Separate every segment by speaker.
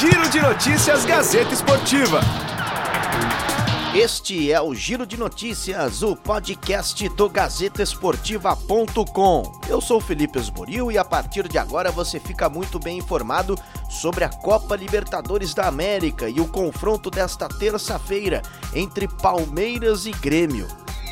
Speaker 1: Giro de Notícias Gazeta Esportiva.
Speaker 2: Este é o Giro de Notícias, o podcast do GazetaEsportiva.com. Eu sou o Felipe Esboril e a partir de agora você fica muito bem informado sobre a Copa Libertadores da América e o confronto desta terça-feira entre Palmeiras e Grêmio.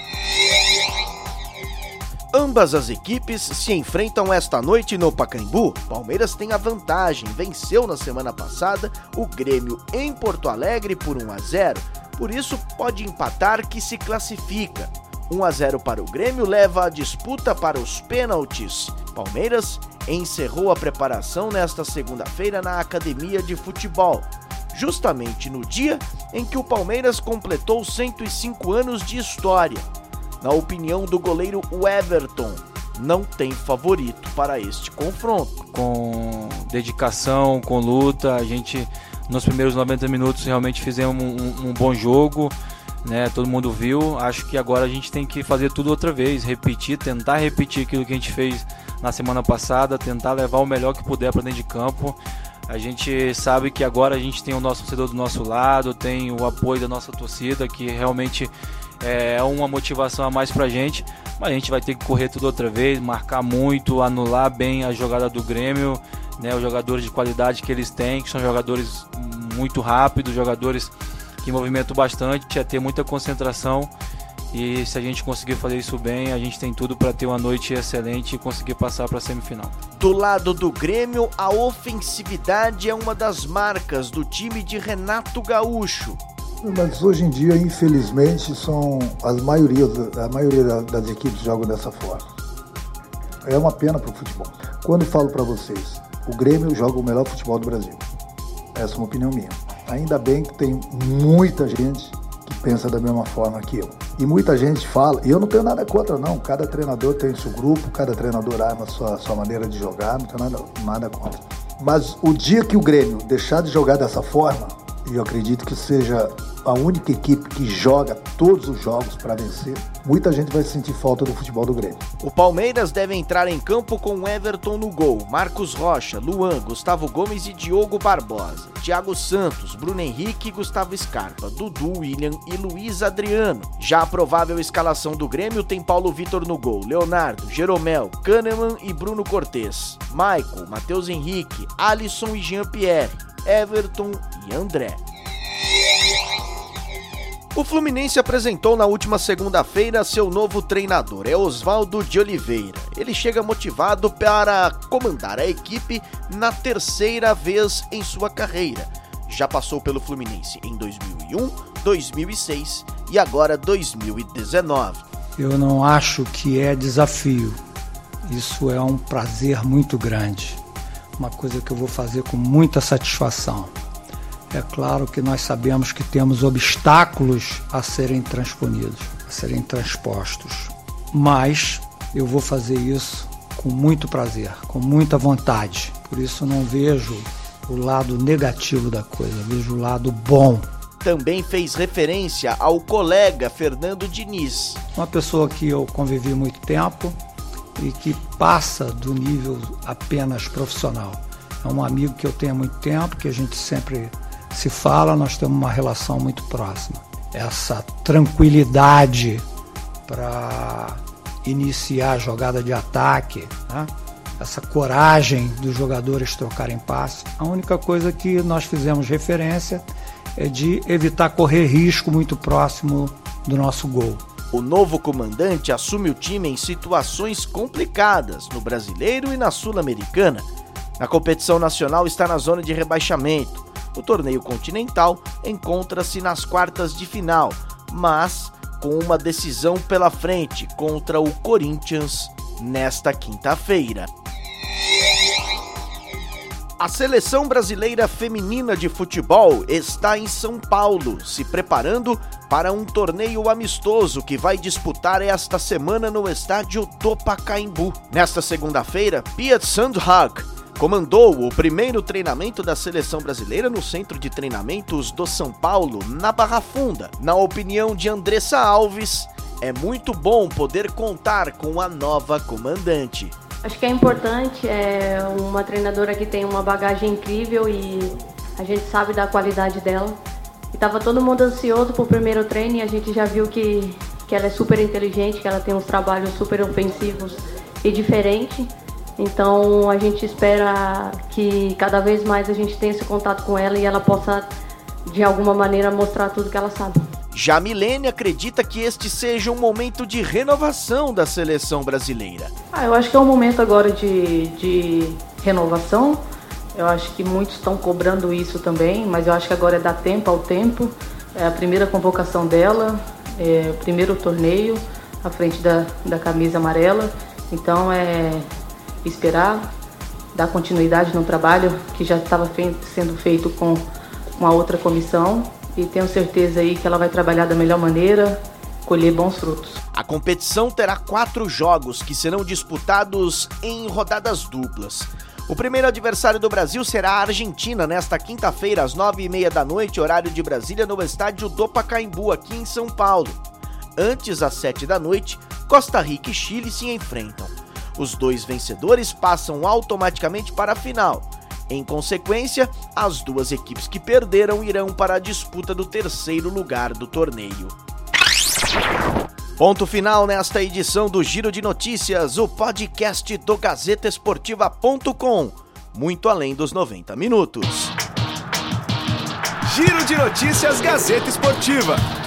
Speaker 2: Ambas as equipes se enfrentam esta noite no Pacaembu. Palmeiras tem a vantagem, venceu na semana passada o Grêmio em Porto Alegre por 1-0. Por isso pode empatar que se classifica. 1-0 para o Grêmio leva a disputa para os pênaltis. Palmeiras encerrou a preparação nesta segunda-feira na Academia de Futebol, justamente no dia em que o Palmeiras completou 105 anos de história. Na opinião do goleiro Everton, não tem favorito para este confronto.
Speaker 3: Com dedicação, com luta, a gente nos primeiros 90 minutos realmente fizemos um bom jogo, né? Todo mundo viu. Acho que agora a gente tem que fazer tudo outra vez, tentar repetir aquilo que a gente fez na semana passada, tentar levar o melhor que puder para dentro de campo. A gente sabe que agora a gente tem o nosso torcedor do nosso lado, tem o apoio da nossa torcida, que realmente é uma motivação a mais pra gente, mas a gente vai ter que correr tudo outra vez, marcar muito, anular bem a jogada do Grêmio, né, os jogadores de qualidade que eles têm, que são jogadores muito rápidos, jogadores que movimentam bastante, é ter muita concentração, e se a gente conseguir fazer isso bem, a gente tem tudo para ter uma noite excelente e conseguir passar para a semifinal.
Speaker 2: Do lado do Grêmio, a ofensividade é uma das marcas do time de Renato Gaúcho.
Speaker 4: Mas hoje em dia, infelizmente, a maioria das equipes jogam dessa forma. É uma pena para o futebol. Quando falo para vocês, o Grêmio joga o melhor futebol do Brasil. Essa é uma opinião minha. Ainda bem que tem muita gente que pensa da mesma forma que eu. E muita gente fala, e eu não tenho nada contra não, cada treinador tem seu grupo, cada treinador arma a sua maneira de jogar, não tenho nada contra. Mas o dia que o Grêmio deixar de jogar dessa forma, e eu acredito que seja a única equipe que joga todos os jogos para vencer, muita gente vai sentir falta do futebol do Grêmio.
Speaker 2: O Palmeiras deve entrar em campo com Everton no gol, Marcos Rocha, Luan, Gustavo Gomes e Diogo Barbosa, Thiago Santos, Bruno Henrique e Gustavo Scarpa, Dudu, William e Luiz Adriano. Já a provável escalação do Grêmio tem Paulo Vitor no gol, Leonardo, Jeromel, Kahneman e Bruno Cortez, Michael, Matheus Henrique, Alisson e Jean-Pierre, Everton e André. O Fluminense apresentou na última segunda-feira seu novo treinador, Oswaldo de Oliveira. Ele chega motivado para comandar a equipe na terceira vez em sua carreira. Já passou pelo Fluminense em 2001, 2006 e agora 2019.
Speaker 5: Eu não acho que é desafio. Isso é um prazer muito grande. Uma coisa que eu vou fazer com muita satisfação. É claro que nós sabemos que temos obstáculos a serem transponidos, a serem transpostos, mas eu vou fazer isso com muito prazer, com muita vontade. Por isso não vejo o lado negativo da coisa, vejo o lado bom.
Speaker 2: Também fez referência ao colega Fernando Diniz.
Speaker 5: Uma pessoa que eu convivi muito tempo e que passa do nível apenas profissional. É um amigo que eu tenho há muito tempo, que a gente sempre se fala, nós temos uma relação muito próxima. Essa tranquilidade para iniciar a jogada de ataque, né? Essa coragem dos jogadores trocarem passe. A única coisa que nós fizemos referência é de evitar correr risco muito próximo do nosso gol.
Speaker 2: O novo comandante assume o time em situações complicadas no Brasileiro e na Sul-Americana. Na competição nacional está na zona de rebaixamento. O torneio continental encontra-se nas quartas de final, mas com uma decisão pela frente contra o Corinthians nesta quinta-feira. A seleção brasileira feminina de futebol está em São Paulo, se preparando para um torneio amistoso que vai disputar esta semana no estádio do Pacaembu. Nesta segunda-feira, Pia Sundhag comandou o primeiro treinamento da seleção brasileira no Centro de Treinamentos do São Paulo, na Barra Funda. Na opinião de Andressa Alves, é muito bom poder contar com a nova comandante.
Speaker 6: Acho que é importante, uma treinadora que tem uma bagagem incrível e A gente sabe da qualidade dela. E estava todo mundo ansioso pro primeiro treino e a gente já viu que ela é super inteligente, que ela tem uns trabalhos super ofensivos e diferentes. Então a gente espera que cada vez mais a gente tenha esse contato com ela e ela possa, de alguma maneira, mostrar tudo que ela sabe.
Speaker 2: Já Milene acredita que este seja um momento de renovação da seleção brasileira.
Speaker 7: Eu acho que é um momento agora de renovação. Eu acho que muitos estão cobrando isso também, mas eu acho que agora é dar tempo ao tempo. É a primeira convocação dela, é o primeiro torneio à frente da camisa amarela. Então é esperar, dar continuidade no trabalho que já estava sendo feito com uma outra comissão. E tenho certeza aí que ela vai trabalhar da melhor maneira, colher bons frutos.
Speaker 2: A competição terá 4 jogos que serão disputados em rodadas duplas. O primeiro adversário do Brasil será a Argentina, nesta quinta-feira, às 9h30 da noite, horário de Brasília, no estádio do Pacaembu, aqui em São Paulo. Antes, às 7 da noite, Costa Rica e Chile se enfrentam. Os 2 vencedores passam automaticamente para a final. Em consequência, as 2 equipes que perderam irão para a disputa do 3º lugar do torneio. Ponto final nesta edição do Giro de Notícias, o podcast do GazetaEsportiva.com. Muito além dos 90 minutos.
Speaker 1: Giro de Notícias Gazeta Esportiva.